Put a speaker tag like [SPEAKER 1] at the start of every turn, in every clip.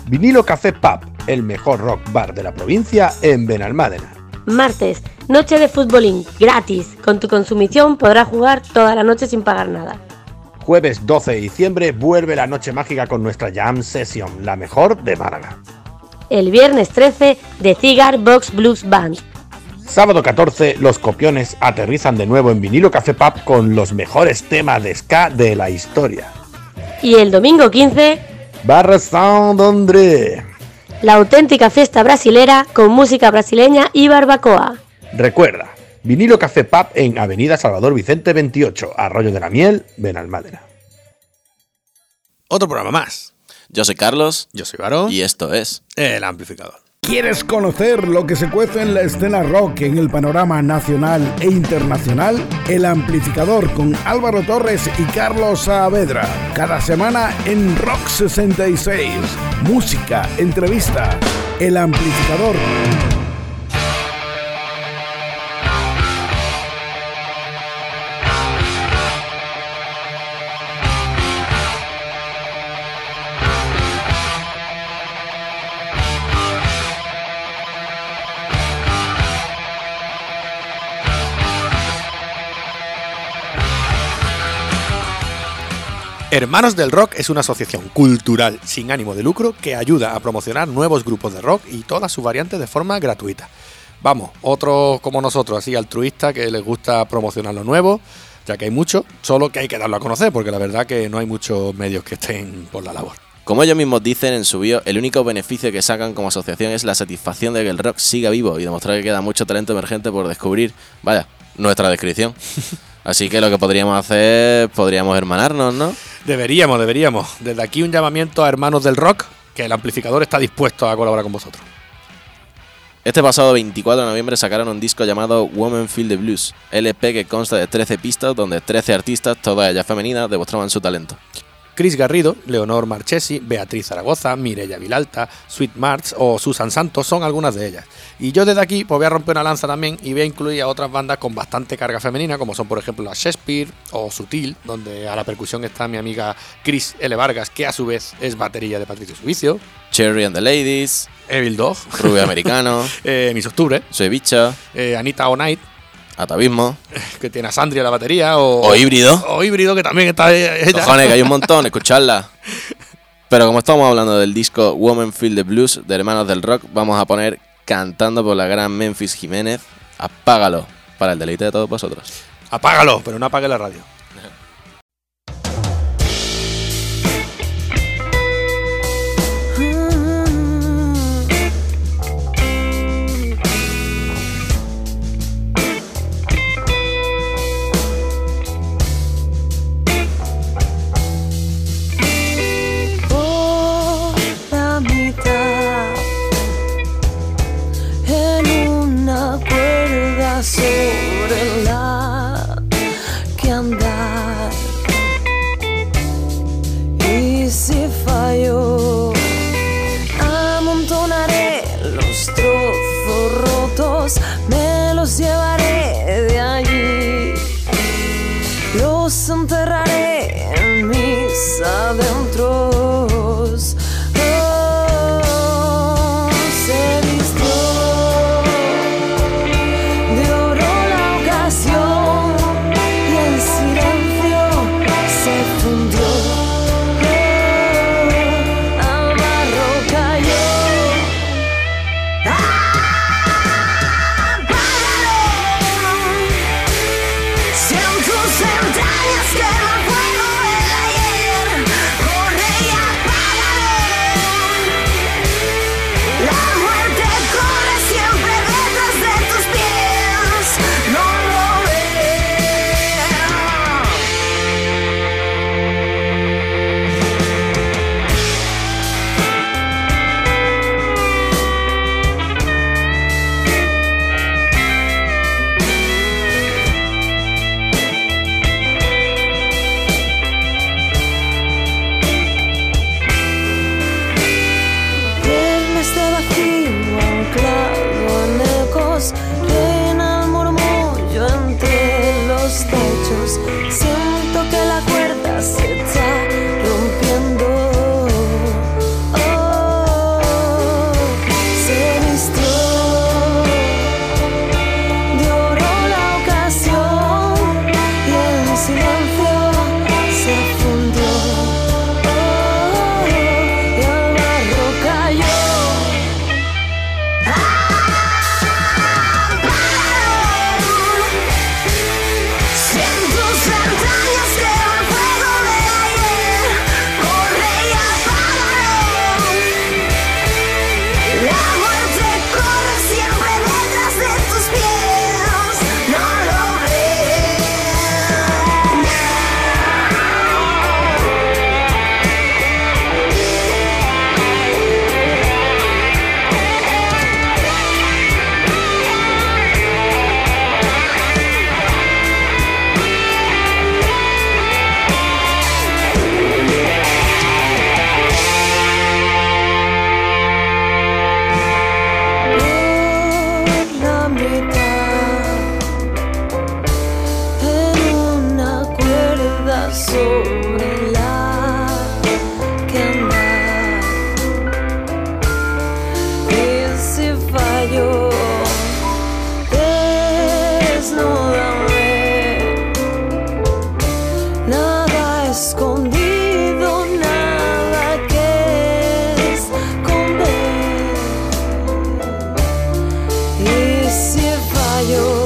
[SPEAKER 1] Vinilo Café Pub, el mejor rock bar de la provincia en Benalmádena.
[SPEAKER 2] Martes, noche de futbolín, gratis. Con tu consumición podrás jugar toda la noche sin pagar nada.
[SPEAKER 1] Jueves 12 de diciembre vuelve la noche mágica con nuestra Jam Session, la mejor de Málaga.
[SPEAKER 2] El viernes 13, The Cigar Box Blues Band.
[SPEAKER 1] Sábado 14, los copiones aterrizan de nuevo en Vinilo Café Pub con los mejores temas de ska de la historia.
[SPEAKER 2] Y el domingo 15,
[SPEAKER 1] Barra Sound André.
[SPEAKER 2] la auténtica fiesta brasilera con música brasileña y barbacoa.
[SPEAKER 1] Recuerda, Vinilo Café Pub en Avenida Salvador Vicente 28, Arroyo de la Miel, Benalmádena.
[SPEAKER 3] Otro programa más.
[SPEAKER 4] Yo soy Carlos.
[SPEAKER 3] Yo soy Varón.
[SPEAKER 4] Y esto es
[SPEAKER 3] El Amplificador.
[SPEAKER 5] ¿Quieres conocer lo que se cuece en la escena rock en el panorama nacional e internacional? El Amplificador con Álvaro Torres y Carlos Saavedra. Cada semana en Rock 66. Música, entrevista. El Amplificador.
[SPEAKER 3] Hermanos del Rock es una asociación cultural sin ánimo de lucro que ayuda a promocionar nuevos grupos de rock y todas sus variantes de forma gratuita. Vamos, otros como nosotros, así altruistas, que les gusta promocionar lo nuevo, ya que hay mucho, solo que hay que darlo a conocer, porque la verdad que no hay muchos medios que estén por la labor.
[SPEAKER 4] Como ellos mismos dicen en su bio, el único beneficio que sacan como asociación es la satisfacción de que el rock siga vivo y demostrar que queda mucho talento emergente por descubrir. Vaya, nuestra descripción. Así que lo que podríamos hacer, podríamos hermanarnos, ¿no?
[SPEAKER 3] Deberíamos. Desde aquí un llamamiento a Hermanos del Rock, que el Amplificador está dispuesto a colaborar con vosotros.
[SPEAKER 4] Este pasado 24 de noviembre sacaron un disco llamado Women Feel the Blues, LP que consta de 13 pistas donde 13 artistas, todas ellas femeninas, demostraban su talento.
[SPEAKER 3] Cris Garrido, Leonor Marchesi, Beatriz Zaragoza, Mireia Vilalta, Sweet March o Susan Santos son algunas de ellas. Y yo desde aquí pues voy a romper una lanza también y voy a incluir a otras bandas con bastante carga femenina, como son por ejemplo la Shakespeare o Sutil, donde a la percusión está mi amiga Cris L. Vargas, que a su vez es batería de Patricio Subicio.
[SPEAKER 4] Cherry and the Ladies,
[SPEAKER 3] Evil Dog,
[SPEAKER 4] Rubio Americano,
[SPEAKER 3] Miss Octubre,
[SPEAKER 4] Soy Bicha,
[SPEAKER 3] Anita O'Night,
[SPEAKER 4] Atavismo,
[SPEAKER 3] que tiene a Sandri a la batería, o
[SPEAKER 4] Híbrido.
[SPEAKER 3] O Híbrido, que también está ella.
[SPEAKER 4] Cojones, que hay un montón, escucharla. Pero como estamos hablando del disco Women Feel the Blues de Hermanos del Rock, vamos a poner Cantando por la gran Memphis Jiménez, Apágalo, para el deleite de todos vosotros.
[SPEAKER 3] Apágalo, pero no apague la radio.
[SPEAKER 6] Sobre la que andar, y si fallo amontonaré los trozos rotos, me los llevaré de allí, los enterraré en mis adentros.
[SPEAKER 7] Cientos de montañas que el fuego del ayer corre y
[SPEAKER 6] escondido, nada que esconder. Y si fallo,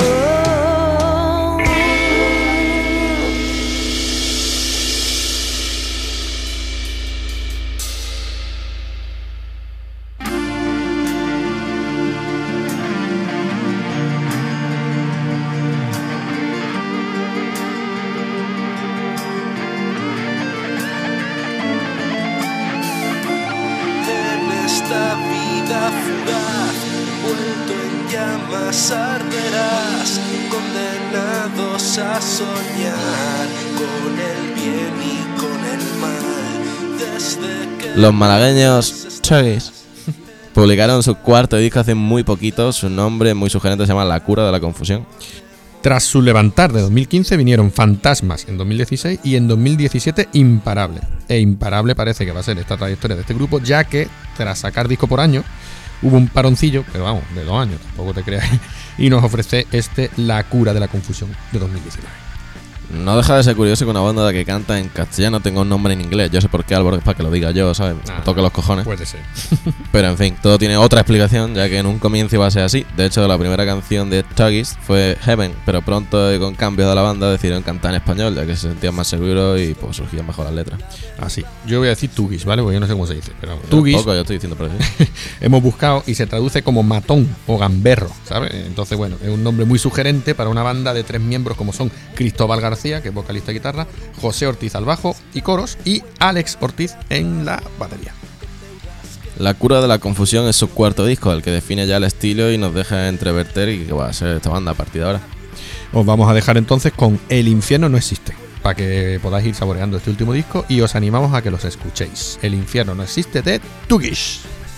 [SPEAKER 7] arderás, condenados a soñar con el bien y con el mal. Desde que
[SPEAKER 4] los malagueños Tuggies publicaron su cuarto disco hace muy poquito. Su nombre muy sugerente se llama La cura de la confusión.
[SPEAKER 3] Tras su levantar de 2015 vinieron Fantasmas en 2016 y en 2017 Imparable. E Imparable parece que va a ser esta trayectoria de este grupo, ya que tras sacar disco por año hubo un paroncillo, pero vamos, de 2 años, tampoco te creas, y nos ofrece La cura de la confusión de 2019.
[SPEAKER 4] No deja de ser curioso que una banda que canta en castellano tenga un nombre en inglés. Yo sé por qué, Álvaro, es para que lo diga yo, ¿sabes? Me toque los cojones.
[SPEAKER 3] Puede ser.
[SPEAKER 4] Pero en fin, todo tiene otra explicación, ya que en un comienzo iba a ser así. De hecho, la primera canción de Tuggies fue Heaven, pero pronto, con cambios de la banda, decidieron cantar en español, ya que se sentían más seguros y pues surgían mejor las letras.
[SPEAKER 3] Así. Yo voy a decir Tuggies, ¿vale? Porque yo no sé cómo se dice. Pero
[SPEAKER 4] Tuggies. Yo estoy diciendo por así.
[SPEAKER 3] Hemos buscado y se traduce como matón o gamberro, ¿sabes? Entonces, bueno, es un nombre muy sugerente para una banda de 3 miembros como son Cristóbal García, que es vocalista y guitarra, José Ortiz al bajo y coros y Alex Ortiz en la batería.
[SPEAKER 4] La cura de la confusión es su cuarto disco, el que define ya el estilo y nos deja entreverter y que va a ser esta banda a partir de ahora.
[SPEAKER 3] Os vamos a dejar entonces con El infierno no existe, para que podáis ir saboreando este último disco y os animamos a que los escuchéis. El infierno no existe de Tuggies.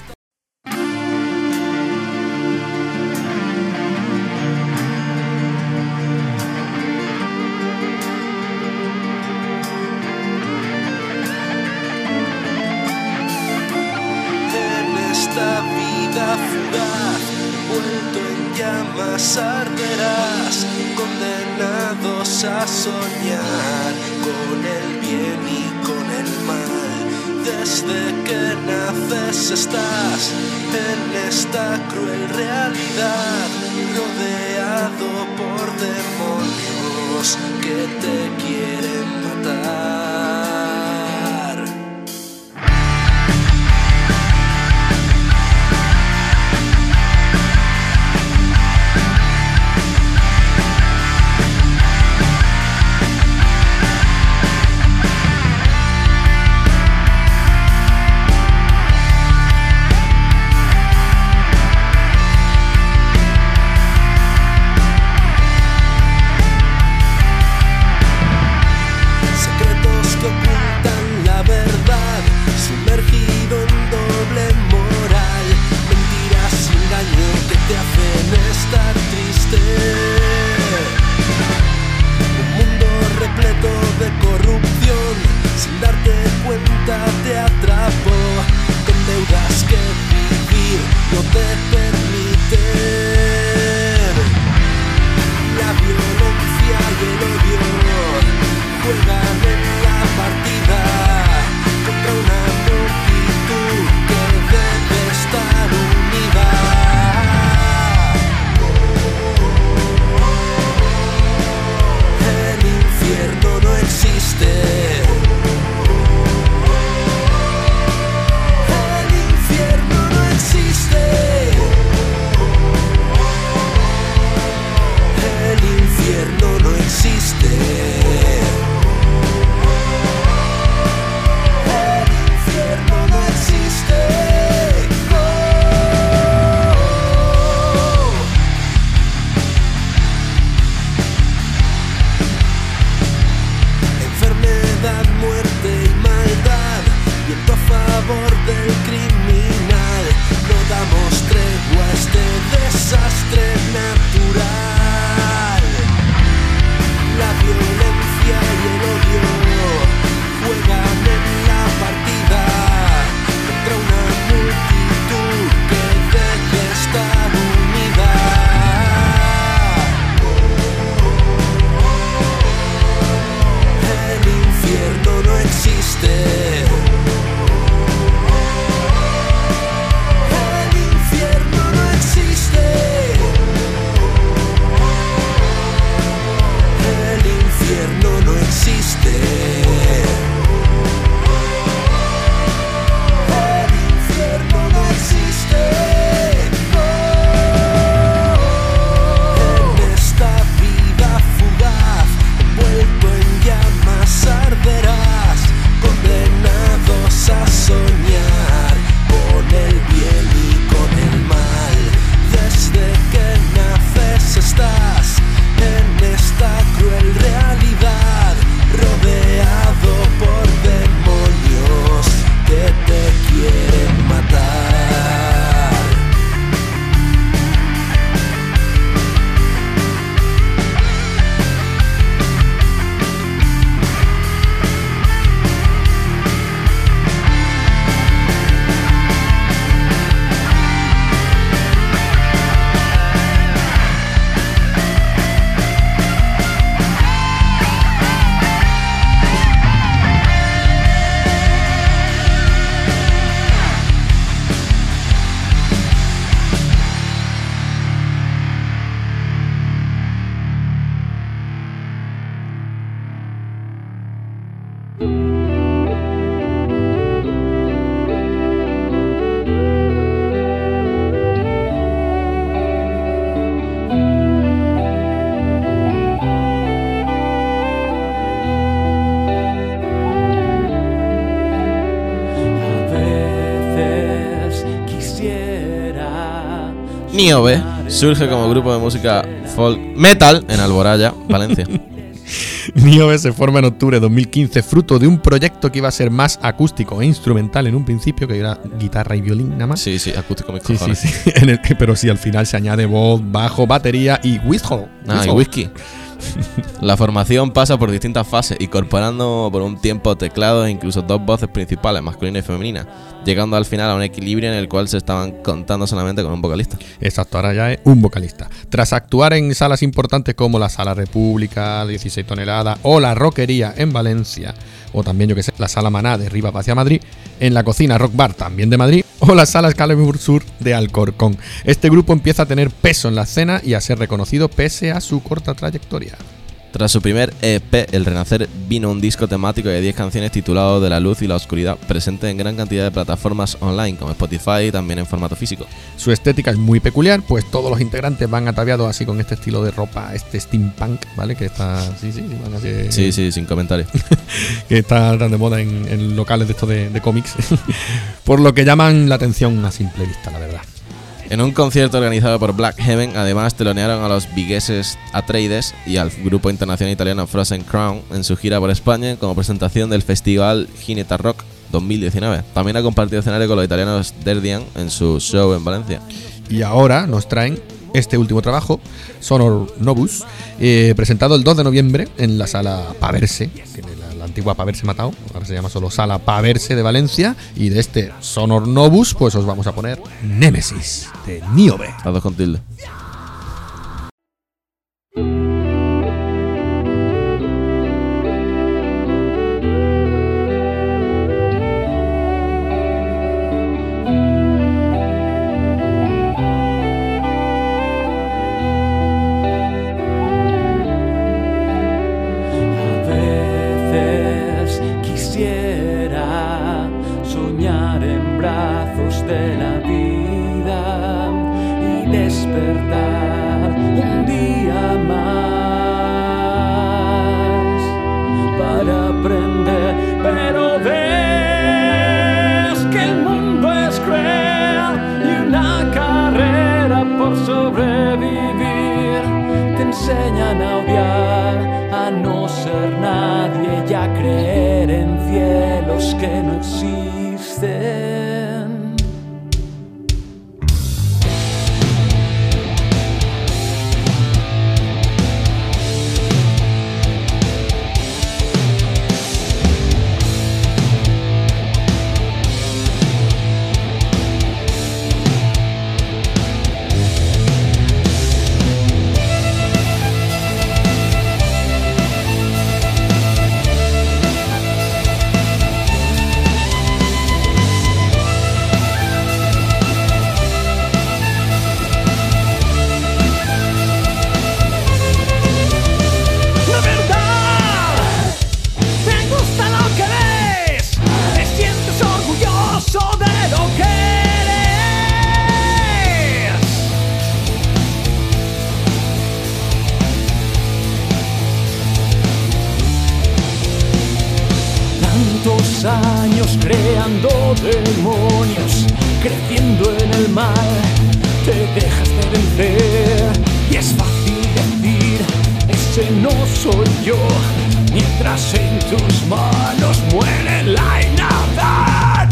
[SPEAKER 7] arderás, condenados a soñar con el bien y con el mal. Desde que naces estás en esta cruel realidad, rodeado por demonios que te quieren matar. Infierno existe. El infierno no existe. El infierno no existe. El infierno no existe. En esta vida fugaz, envuelto en llamas arderás, condenados a soñar con el bien y con el mal. Desde que naces estás en esta cruel realidad, rodeado por demonios que te quieren matar.
[SPEAKER 4] Niobe surge como grupo de música folk metal en Alboraya, Valencia.
[SPEAKER 3] Niobe se forma en octubre de 2015, fruto de un proyecto que iba a ser más acústico e instrumental en un principio, que era guitarra y violín nada más.
[SPEAKER 4] Sí, acústico mis
[SPEAKER 3] Sí,
[SPEAKER 4] cojones.
[SPEAKER 3] sí. Pero sí, al final se añade voz, bajo, batería y whistle.
[SPEAKER 4] Y whisky. La formación pasa por distintas fases, incorporando por un tiempo teclados e incluso dos voces principales, masculina y femenina, llegando al final a un equilibrio en el cual se estaban contando solamente con un vocalista.
[SPEAKER 3] Exacto, ahora ya es un vocalista. Tras actuar en salas importantes como la Sala República, 16 toneladas, o la Rockería en Valencia, o también, yo que sé, la Sala Maná de Rivas hacia Madrid, en la Cocina Rock Bar también de Madrid, o la Sala Excalibur Sur de Alcorcón. Este grupo empieza a tener peso en la escena y a ser reconocido pese a su corta trayectoria.
[SPEAKER 4] Tras su primer EP, El Renacer, vino un disco temático de 10 canciones titulado De la luz y la oscuridad, presente en gran cantidad de plataformas online como Spotify y también en formato físico.
[SPEAKER 3] Su estética es muy peculiar, pues todos los integrantes van ataviados así con este estilo de ropa, este steampunk, ¿vale? Que está... Sí, van así...
[SPEAKER 4] Sí, sin comentarios.
[SPEAKER 3] Que está tan de moda en locales de estos de cómics. Por lo que llaman la atención a simple vista, la verdad.
[SPEAKER 4] En un concierto organizado por Black Heaven, además telonearon a los vigueses Atreides y al grupo internacional italiano Frozen Crown en su gira por España como presentación del festival Gineta Rock 2019. También ha compartido escenario con los italianos Derdian en su show en Valencia.
[SPEAKER 3] Y ahora nos traen este último trabajo, Sonor Novus, presentado el 2 de noviembre en la Sala Paverse, que la antigua Paverse Matao, ahora se llama solo Sala Paverse de Valencia, y de este Sonor Novus pues os vamos a poner Némesis de Niobe.
[SPEAKER 4] Las dos con tilde.
[SPEAKER 6] De la vida y despertar un día más para aprender, pero ves que el mundo es cruel y una carrera por sobrevivir. Te enseñan a odiar, a no ser nadie y a creer en cielos que no existen. Tantos años creando demonios, creciendo en el mal, te dejas de vencer. Y es fácil decir, ese no soy yo, mientras en tus manos muere la inadancia.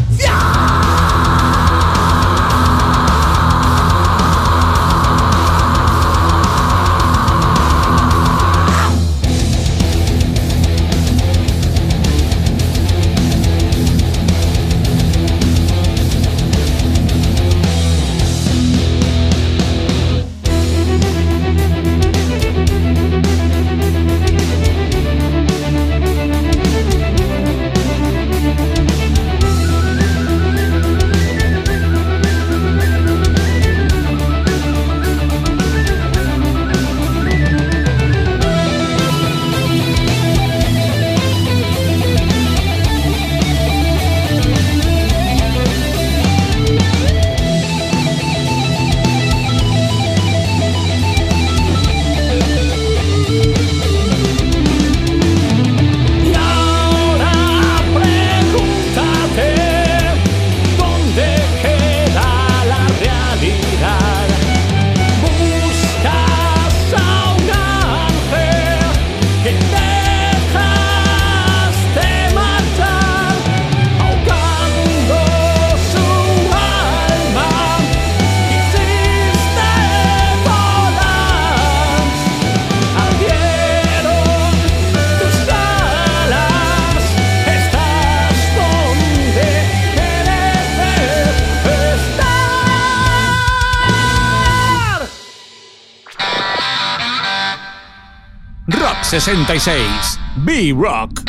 [SPEAKER 8] Rock 66, B-Rock.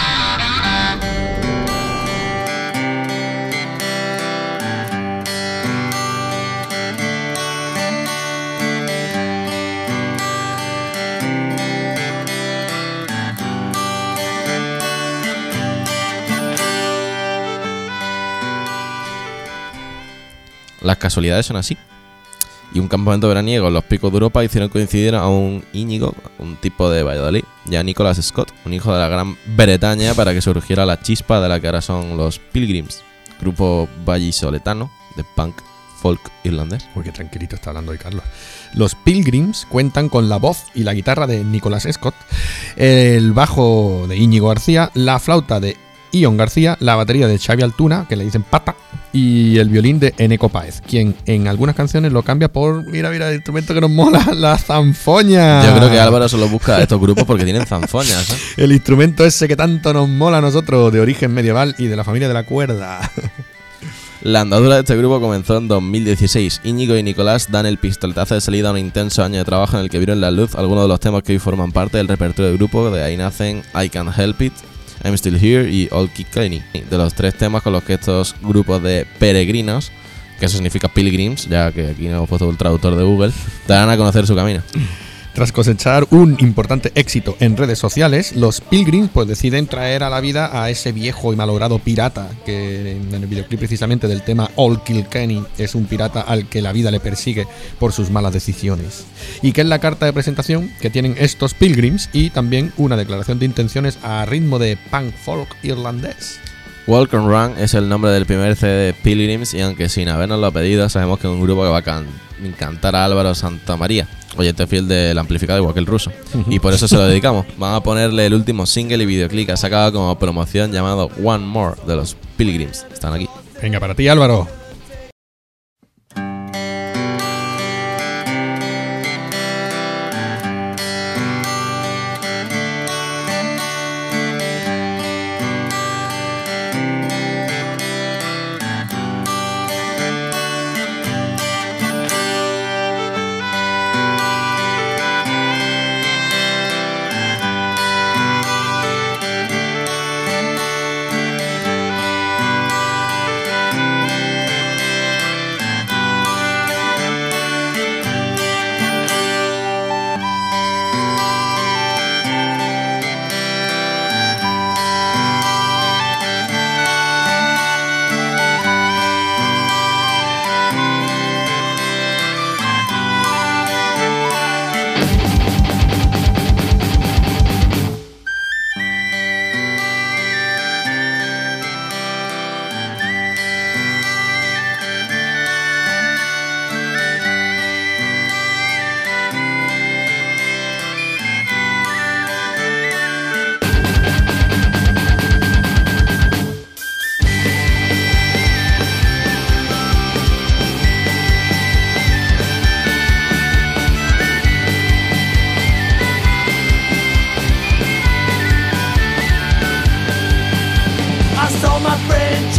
[SPEAKER 4] Las casualidades son así. Y un campamento veraniego en los picos de Europa hicieron coincidir a un Íñigo, un tipo de Valladolid, y a Nicholas Scott, un hijo de la Gran Bretaña, para que surgiera la chispa de la que ahora son los Pilgrims, grupo vallisoletano de punk folk irlandés.
[SPEAKER 3] Uy, qué tranquilito está hablando hoy Carlos. Los Pilgrims cuentan con la voz y la guitarra de Nicholas Scott, el bajo de Íñigo García, la flauta de Ion García, la batería de Xavi Altuna, que le dicen Pata, y el violín de Eneco Páez, quien en algunas canciones lo cambia por, mira, el instrumento que nos mola, la zanfoña.
[SPEAKER 4] Yo creo que Álvaro solo busca estos grupos porque tienen zanfoñas, ¿eh?
[SPEAKER 3] El instrumento ese que tanto nos mola a nosotros, de origen medieval y de la familia de la cuerda.
[SPEAKER 4] La andadura de este grupo comenzó en 2016. Íñigo y Nicolás dan el pistoletazo de salida a un intenso año de trabajo en el que vieron la luz algunos de los temas que hoy forman parte del repertorio del grupo. De ahí nacen I Can't Help It, I'm Still Here y All Kilkenny, de los tres temas con los que estos grupos de peregrinos, que eso significa pilgrims, ya que aquí no hemos puesto el traductor de Google, darán a conocer su camino.
[SPEAKER 3] Tras cosechar un importante éxito en redes sociales, los Pilgrims pues deciden traer a la vida a ese viejo y malogrado pirata, que en el videoclip precisamente del tema All Kilkenny es un pirata al que la vida le persigue por sus malas decisiones. Y que es la carta de presentación que tienen estos Pilgrims y también una declaración de intenciones a ritmo de punk folk irlandés.
[SPEAKER 4] Walk and Run es el nombre del primer CD de Pilgrims y aunque sin habernoslo pedido sabemos que es un grupo que va a encantar a Álvaro Santamaría, oyente fiel del amplificador igual que el ruso, y por eso se lo dedicamos. Vamos a ponerle el último single y videoclip que ha sacado como promoción llamado One More de los Pilgrims. Están aquí.
[SPEAKER 3] Venga, para ti Álvaro.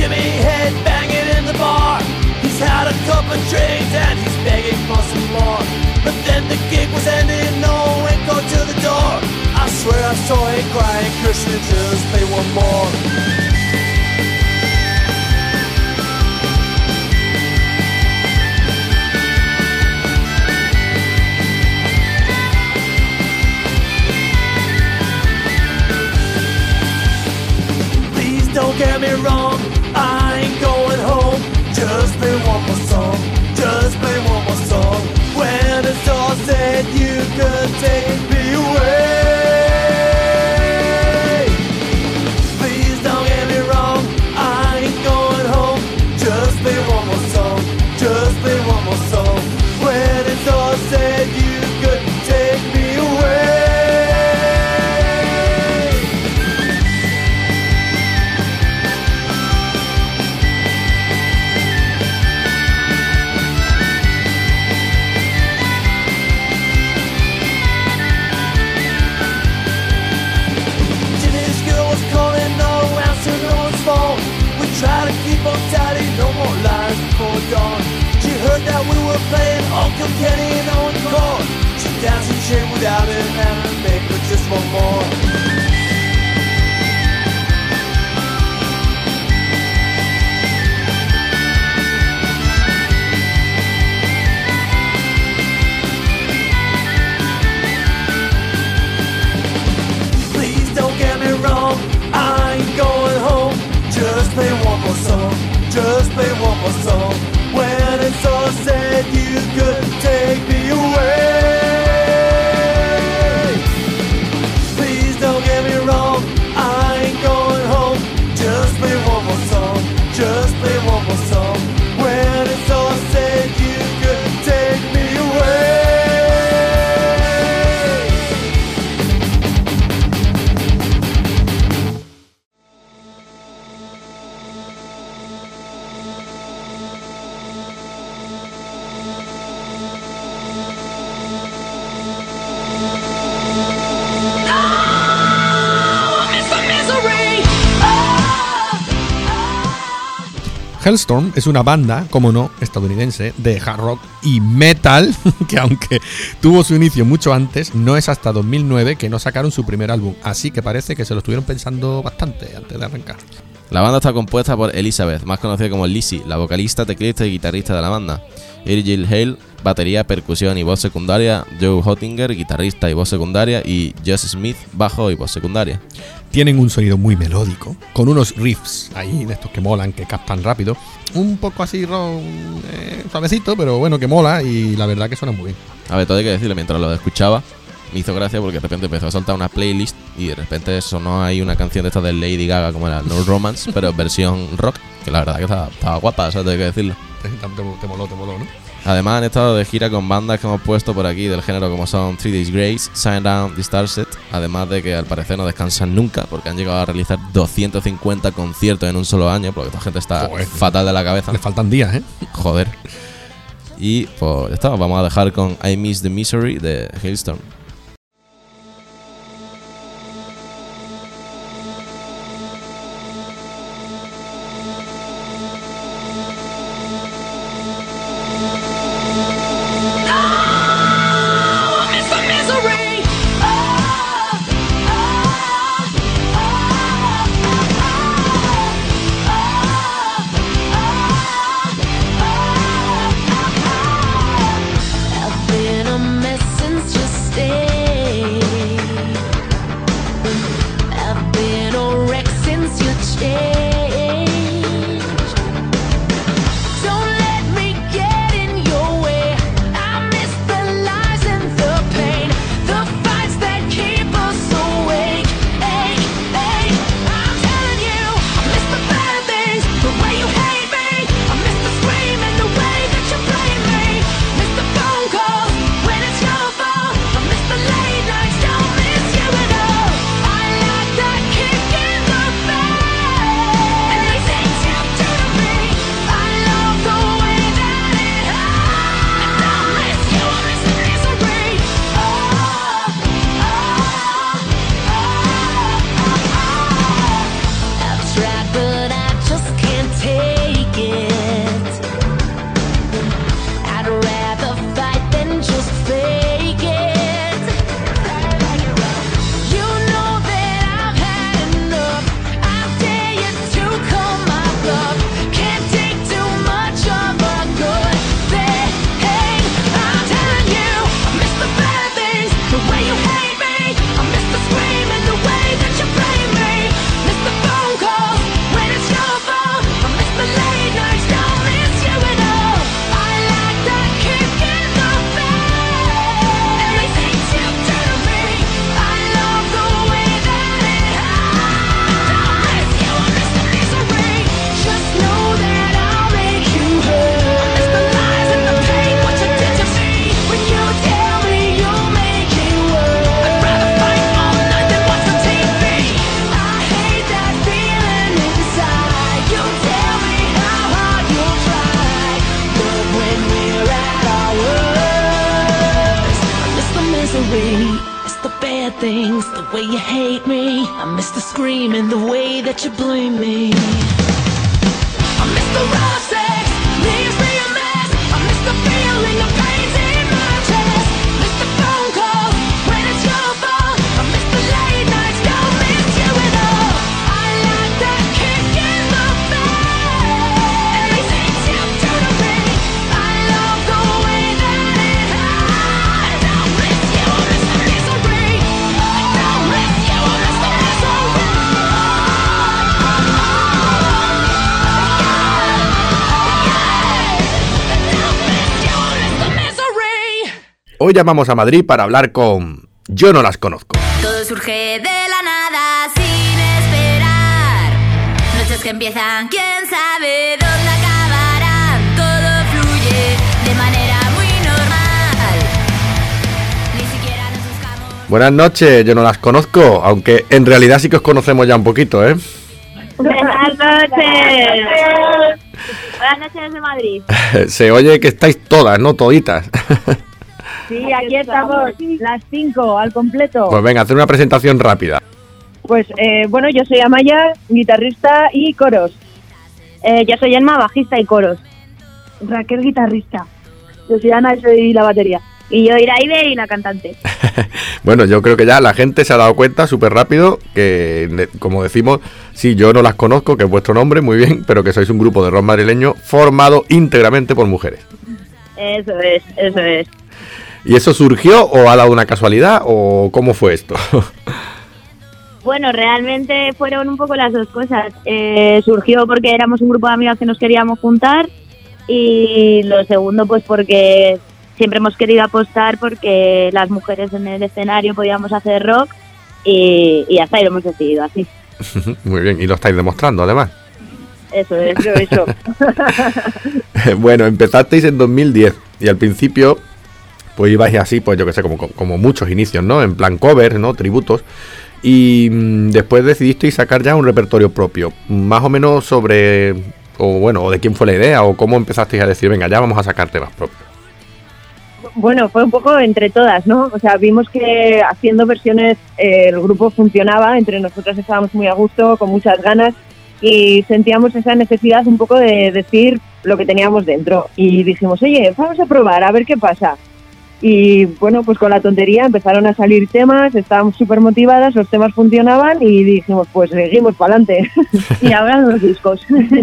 [SPEAKER 7] Jimmy head banging in the bar. He's had a couple drinks and he's begging for some more. But then the gig was ending, no one go to the door. I swear I saw him crying, Christian, just play one more. Don't get me wrong, I ain't going home. Just play one more song, just play one more song. When it's all said, you could take me away. Please don't get me wrong, I ain't going home. Just play one more song, just play one more song. When it's all said, you could take me away. Try to keep on tidy, no more lies before dawn. She heard that we were playing Uncle Kenny and Owen Core. She danced and shame without it and make her just one more. Please don't get me wrong, I ain't going home. Just play one more song, just play one more song. When it's all said, you could take me away. Please don't get me wrong, I ain't going home. Just play one more song, just play one more song. When it's all said, you could take me away.
[SPEAKER 3] Hellstorm es una banda, como no, estadounidense, de hard rock y metal, que aunque tuvo su inicio mucho antes, no es hasta 2009 que no sacaron su primer álbum, así que parece que se lo estuvieron pensando bastante antes de arrancar.
[SPEAKER 4] La banda está compuesta por Elizabeth, más conocida como Lizzie, la vocalista, teclista y guitarrista de la banda, Virgil Hale, batería, percusión y voz secundaria, Joe Hottinger, guitarrista y voz secundaria, y Josh Smith, bajo y voz secundaria.
[SPEAKER 3] Tienen un sonido muy melódico, con unos riffs ahí de estos que molan, que captan rápido, un poco así suavecito, pero bueno, que mola, y la verdad que suena muy bien.
[SPEAKER 4] A ver, todo hay que decirlo, mientras lo escuchaba me hizo gracia porque de repente empezó a soltar una playlist y de repente sonó ahí una canción de esta de Lady Gaga como era No Romance, pero versión rock, que la verdad que estaba guapa, ¿sabes? Hay que decirlo.
[SPEAKER 3] Te moló, ¿no?
[SPEAKER 4] Además han estado de gira con bandas que hemos puesto por aquí del género como son 3 Days Grace, Sundown, The Starset, además de que al parecer no descansan nunca porque han llegado a realizar 250 conciertos en un solo año, porque esta gente está fatal de la cabeza.
[SPEAKER 3] Le faltan días,
[SPEAKER 4] Joder. Y pues ya está, vamos a dejar con I Miss the Misery de Hailstorm.
[SPEAKER 9] things, the way you hate me. I miss the screaming, the way that you blame me. I miss the raw sex, leaves me a mess. I miss the feeling of pains in my chest. Miss the phone call when it's your fault. I miss the late nights, don't miss you at all. I like that kick in the face. Anything you do to me, I love the way that it hurts. I don't miss you, I miss the misery. I don't miss you, I miss the misery.
[SPEAKER 3] Hoy llamamos a Madrid para hablar con Yo no las conozco.
[SPEAKER 10] Todo surge de la nada sin esperar. Noches que empiezan, quién sabe dónde acabarán. Todo fluye de manera muy normal. Ni siquiera nos buscamos.
[SPEAKER 3] Buenas noches, yo no las conozco, aunque en realidad sí que os conocemos ya un poquito, ¿eh?
[SPEAKER 11] Buenas noches. Buenas noches desde Madrid.
[SPEAKER 3] Se oye que estáis todas, ¿no? Toditas.
[SPEAKER 11] Sí, aquí estamos, las 5 al completo.
[SPEAKER 3] Pues venga, hacer una presentación rápida.
[SPEAKER 11] Pues bueno, yo soy Amaya, guitarrista y coros. Yo soy Elma, bajista y coros. Raquel, guitarrista. Yo soy Ana y soy la batería. Y yo Iraide y la cantante.
[SPEAKER 3] Bueno, yo creo que ya la gente se ha dado cuenta súper rápido que, como decimos, sí, yo no las conozco, que es vuestro nombre, muy bien, pero que sois un grupo de rock madrileño formado íntegramente por mujeres.
[SPEAKER 11] Eso es, eso es.
[SPEAKER 3] ¿Y eso surgió o ha dado una casualidad o cómo fue esto?
[SPEAKER 11] Bueno, realmente fueron un poco las dos cosas. Surgió porque éramos un grupo de amigas que nos queríamos juntar y lo segundo pues porque siempre hemos querido apostar porque las mujeres en el escenario podíamos hacer rock y hasta ahí lo hemos decidido así.
[SPEAKER 3] Muy bien, y lo estáis demostrando además.
[SPEAKER 11] Eso es, eso.
[SPEAKER 3] Bueno, empezasteis en 2010 y al principio pues ibais así, pues yo que sé, como muchos inicios, ¿no? En plan cover, ¿no? Tributos. Y después decidisteis sacar ya un repertorio propio. Más o menos sobre, o de quién fue la idea, o cómo empezasteis a decir, venga, ya vamos a sacar temas propios.
[SPEAKER 11] Bueno, fue un poco entre todas, ¿no? O sea, vimos que haciendo versiones el grupo funcionaba, entre nosotras estábamos muy a gusto, con muchas ganas, y sentíamos esa necesidad un poco de decir lo que teníamos dentro. Y dijimos, oye, vamos a probar, a ver qué pasa. Y bueno, pues con la tontería empezaron a salir temas, estábamos súper motivadas, los temas funcionaban y dijimos, pues seguimos para adelante. Y ahora los discos.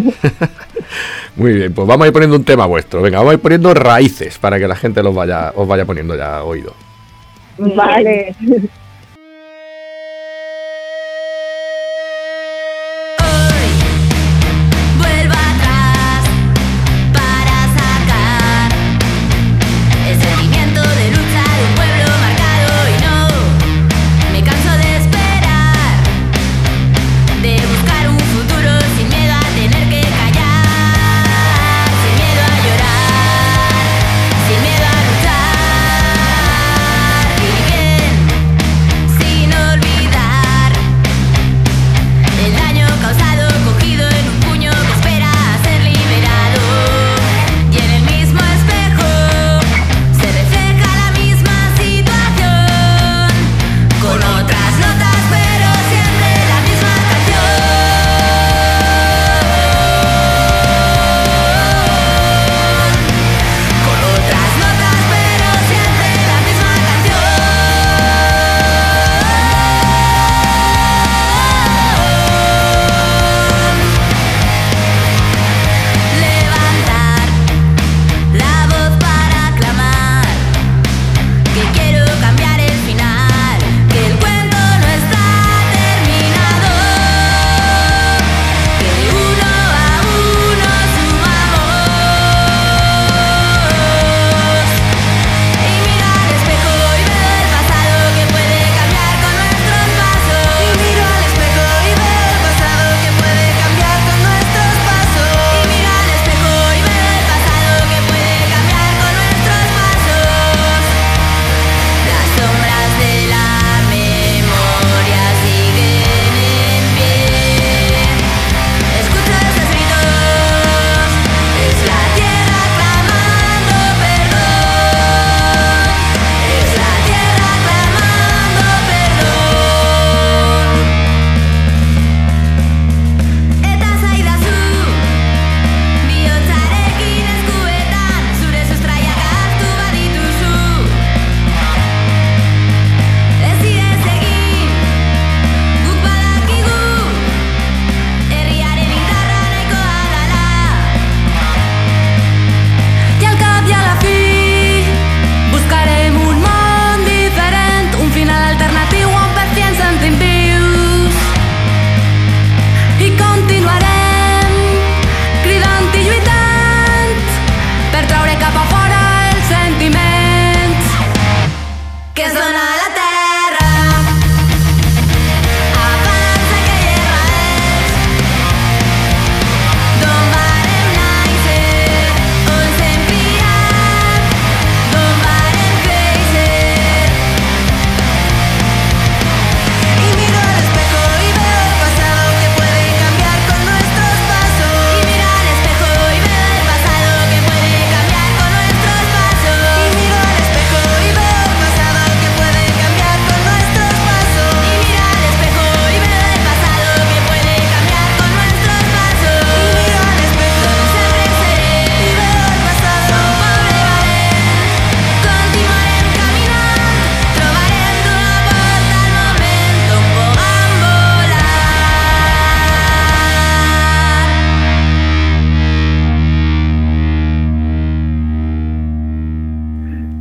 [SPEAKER 3] Muy bien, pues vamos a ir poniendo un tema vuestro. Venga, vamos a ir poniendo Raíces para que la gente os vaya poniendo ya oído.
[SPEAKER 11] Vale.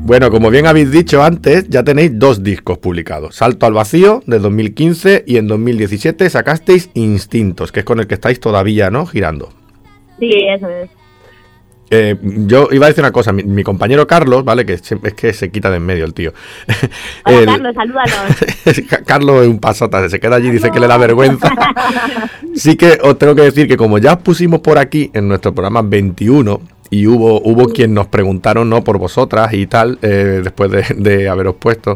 [SPEAKER 1] Bueno, como bien habéis dicho antes, ya tenéis 2 discos publicados. Salto al vacío, de 2015, y en 2017 sacasteis Instintos, que es con el que estáis todavía, ¿no?, girando.
[SPEAKER 11] Sí, eso es.
[SPEAKER 1] Yo iba a decir una cosa, mi compañero Carlos, ¿vale? Que es que se quita de en medio el tío.
[SPEAKER 11] Hola, Carlos, salúdanos.
[SPEAKER 1] Carlos es un pasota, se queda allí y dice que le da vergüenza. Sí que os tengo que decir que como ya os pusimos por aquí en nuestro programa 21, y hubo quien nos preguntaron, ¿no?, por vosotras y tal, después de haberos puesto.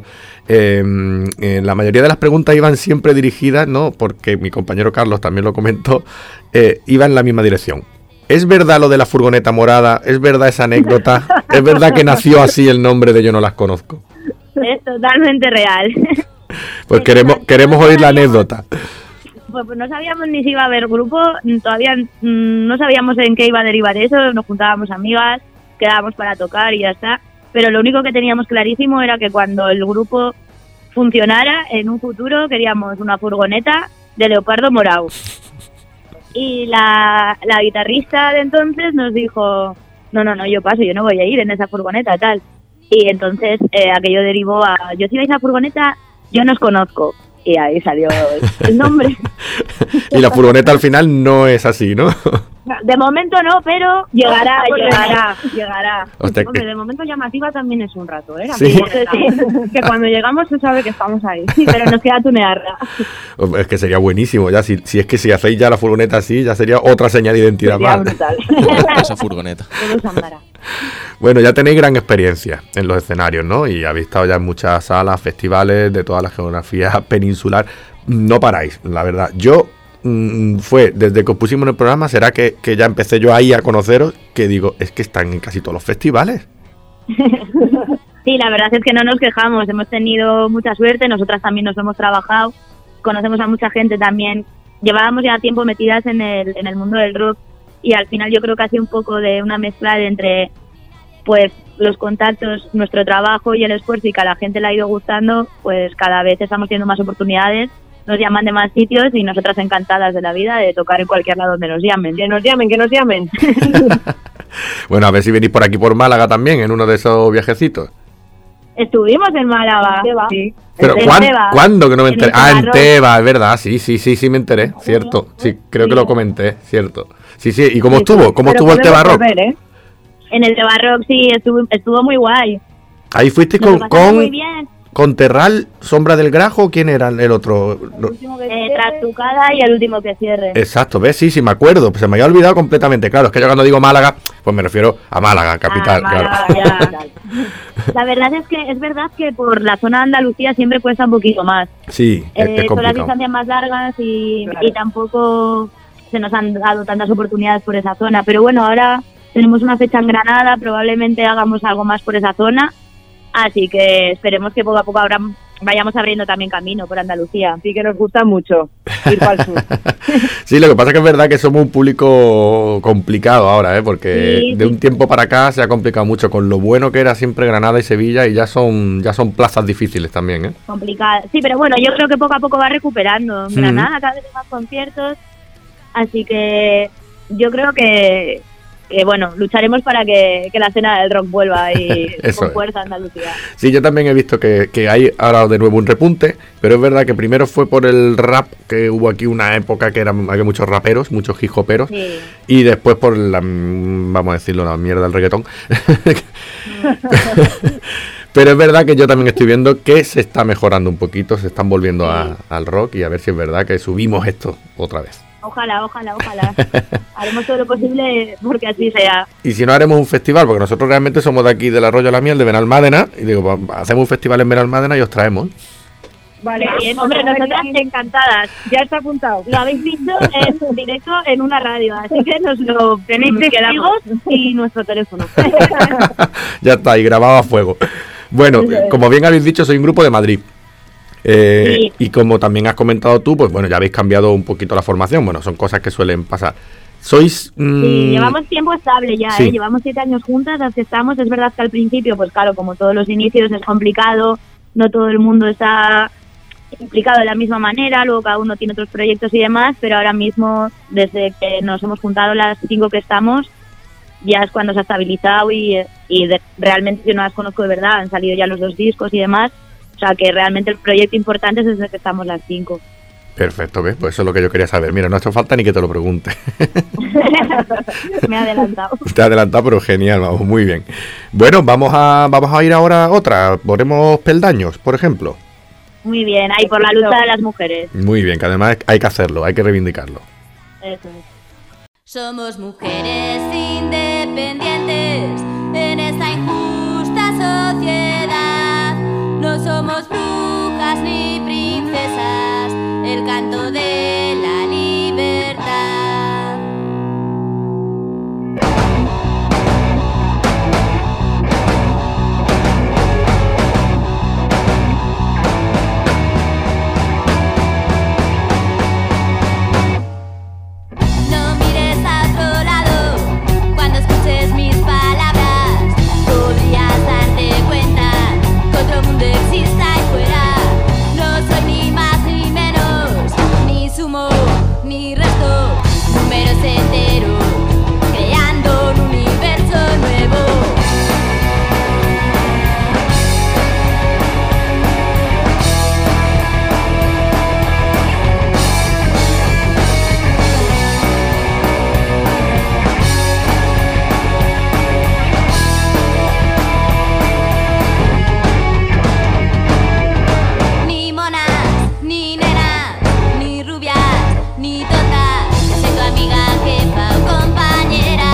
[SPEAKER 1] La mayoría de las preguntas iban siempre dirigidas, ¿no?, porque mi compañero Carlos también lo comentó, iba en la misma dirección. ¿Es verdad lo de la furgoneta morada? ¿Es verdad esa anécdota? ¿Es verdad que nació así el nombre de Yo no las conozco?
[SPEAKER 11] Es totalmente real.
[SPEAKER 1] Pues queremos oír la anécdota.
[SPEAKER 11] Pues no sabíamos ni si iba a haber grupo, todavía no sabíamos en qué iba a derivar eso, nos juntábamos amigas, quedábamos para tocar y ya está. Pero lo único que teníamos clarísimo era que cuando el grupo funcionara, en un futuro queríamos una furgoneta de leopardo morado. Y la guitarrista de entonces nos dijo, no, yo paso, yo no voy a ir en esa furgoneta, tal. Y entonces aquello derivó a, yo si vais a la furgoneta, yo no os conozco. Y ahí salió el nombre.
[SPEAKER 1] Y la furgoneta al final no es así, ¿no?
[SPEAKER 11] De momento no, pero llegará.
[SPEAKER 12] Hostia, hombre, de momento llamativa también es un rato, ¿eh?
[SPEAKER 1] Sí.
[SPEAKER 12] Que cuando llegamos se sabe que estamos ahí.
[SPEAKER 11] Sí, pero nos queda tunearla.
[SPEAKER 1] Es que sería buenísimo, ya si es que si hacéis ya la furgoneta así, ya sería otra señal de identidad
[SPEAKER 11] Sería
[SPEAKER 1] más.
[SPEAKER 11] brutal.
[SPEAKER 4] Esa furgoneta.
[SPEAKER 1] Bueno, ya tenéis gran experiencia en los escenarios, ¿no? Y habéis estado ya en muchas salas, festivales de toda la geografía peninsular. No paráis, la verdad. Yo fue desde que os pusimos en el programa, será que ya empecé yo ahí a conoceros, que digo, es que están en casi todos los festivales.
[SPEAKER 11] Sí, la verdad es que no nos quejamos, hemos tenido mucha suerte, nosotras también nos hemos trabajado, conocemos a mucha gente también, llevábamos ya tiempo metidas en el mundo del rock y al final yo creo que ha sido un poco de una mezcla de entre pues los contactos, nuestro trabajo y el esfuerzo, y que a la gente le ha ido gustando, pues cada vez estamos teniendo más oportunidades, nos llaman de más sitios y nosotras encantadas de la vida de tocar en cualquier lado donde nos llamen.
[SPEAKER 12] Que nos llamen.
[SPEAKER 1] Bueno, a ver si venís por aquí por Málaga también, en uno de esos viajecitos.
[SPEAKER 11] Estuvimos en Málaga.
[SPEAKER 12] Sí.
[SPEAKER 1] Pero ¿cuándo que no me enteré? En Teba, es verdad, sí, me enteré, cierto. Sí, creo que lo comenté, cierto. Sí, ¿y cómo estuvo? ¿Cómo estuvo el Teba Rock?
[SPEAKER 11] En el Teba Rock sí, estuvo muy guay.
[SPEAKER 1] Ahí fuiste
[SPEAKER 11] muy bien.
[SPEAKER 1] con Terral, Sombra del Grajo, ¿quién era el otro?
[SPEAKER 11] Trastucada y el último que cierre.
[SPEAKER 1] Exacto, ¿ves? Sí, me acuerdo, se me había olvidado completamente. Claro, es que yo cuando digo Málaga, pues me refiero a Málaga, capital.
[SPEAKER 11] Málaga,
[SPEAKER 1] claro.
[SPEAKER 11] La verdad es verdad que por la zona de Andalucía siempre cuesta un poquito más.
[SPEAKER 1] Sí, es
[SPEAKER 11] son las
[SPEAKER 1] complicado.
[SPEAKER 11] distancias más largas y tampoco se nos han dado tantas oportunidades por esa zona. Pero bueno, ahora tenemos una fecha en Granada, probablemente hagamos algo más por esa zona. Así que esperemos que poco a poco ahora vayamos abriendo también camino por Andalucía.
[SPEAKER 12] Sí, que nos gusta mucho ir para el sur.
[SPEAKER 1] Sí, lo que pasa es que es verdad que somos un público complicado ahora, porque
[SPEAKER 11] Sí,
[SPEAKER 1] de un tiempo para acá se ha complicado mucho con lo bueno que era siempre Granada y Sevilla, y ya son plazas difíciles también, ¿eh?
[SPEAKER 11] Complicada. Sí, pero bueno, yo creo que poco a poco va recuperando. En Granada cada vez hay más conciertos, así que yo creo que bueno, lucharemos para que la escena del rock vuelva y con fuerza a Andalucía.
[SPEAKER 1] Sí, yo también he visto que hay ahora de nuevo un repunte, pero es verdad que primero fue por el rap, que hubo aquí una época que había muchos raperos, muchos hip hoperos,
[SPEAKER 11] Sí.
[SPEAKER 1] y después por la, vamos a decirlo, la mierda del reggaetón. Pero es verdad que yo también estoy viendo que se está mejorando un poquito, se están volviendo al rock, y a ver si es verdad que subimos esto otra vez.
[SPEAKER 11] Ojalá. Haremos todo lo posible porque así sea.
[SPEAKER 1] Y si no, haremos un festival, porque nosotros realmente somos de aquí, del Arroyo de la Miel, de Benalmádena, y digo, pues, hacemos un festival en Benalmádena y os traemos.
[SPEAKER 11] Vale, bien, hombre, nosotras encantadas.
[SPEAKER 12] Ya está apuntado.
[SPEAKER 11] Lo habéis visto en directo en una radio, así que nos lo
[SPEAKER 12] Tenéis testigos y nuestro teléfono.
[SPEAKER 1] Ya está, y grabado a fuego. Bueno, como bien habéis dicho, soy un grupo de Madrid.
[SPEAKER 11] Sí.
[SPEAKER 1] Y como también has comentado tú, pues bueno, ya habéis cambiado un poquito la formación. Bueno, son cosas que suelen pasar. Sois...
[SPEAKER 11] Sí, llevamos tiempo estable ya,
[SPEAKER 1] Sí.
[SPEAKER 11] llevamos 7 años juntas, las que estamos. Es verdad que al principio, pues claro, como todos los inicios es complicado, no todo el mundo está implicado de la misma manera, luego cada uno tiene otros proyectos y demás, pero ahora mismo, desde que nos hemos juntado las 5 que estamos,
[SPEAKER 12] ya es cuando se ha estabilizado y realmente yo no las conozco de verdad, han salido ya los 2 discos y demás, o sea que realmente el proyecto importante es desde que estamos las 5.
[SPEAKER 1] Perfecto, ¿ves? Pues eso es lo que yo quería saber. Mira, no hace falta ni que te lo pregunte.
[SPEAKER 12] Me he adelantado.
[SPEAKER 1] Te has adelantado, pero genial, vamos, muy bien. Bueno, vamos a ir ahora a otra. Ponemos peldaños, por ejemplo.
[SPEAKER 12] Muy bien, ahí por la lucha de las mujeres.
[SPEAKER 1] Muy bien, que además hay que hacerlo, hay que reivindicarlo.
[SPEAKER 12] Eso es.
[SPEAKER 10] Somos mujeres independientes en esta injusta sociedad. No somos brujas ni princesas, el canto de la libertad. No mires a otro lado cuando escuches mis palabras. Podrías darte cuenta que otro mundo existe ahí fuera. No soy ni más ni menos, ni sumo ni resto. Números enteros, creando un universo nuevo. Ni monas, ni nenas, ni rubias, ni tontas. Soy tu amiga, jefa o compañera.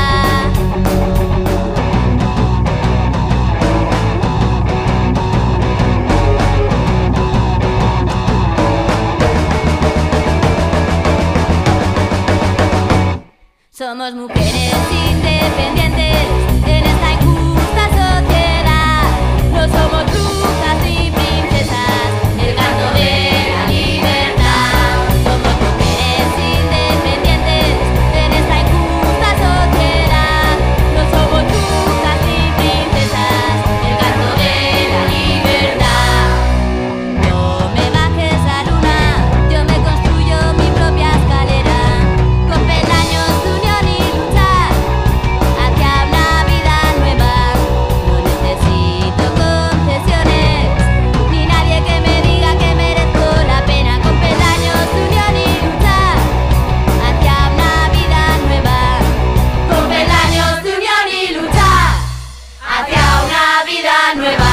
[SPEAKER 10] Somos mujeres independientes en esta injusta sociedad. No somos brujas ni princesas, el canto de la libertad. Somos mujeres independientes en esta injusta sociedad. No somos brujas ni princesas, el canto de la libertad. No me bajes la luna, yo me construyo mi propia escalera. Con peldaños de unión y luchar hacia una vida nueva. No necesito concesiones, ni nadie que me diga que merezco la pena. Con peldaños de unión y luchar hacia una vida nueva. Con peldaños de unión y luchar hacia una vida nueva.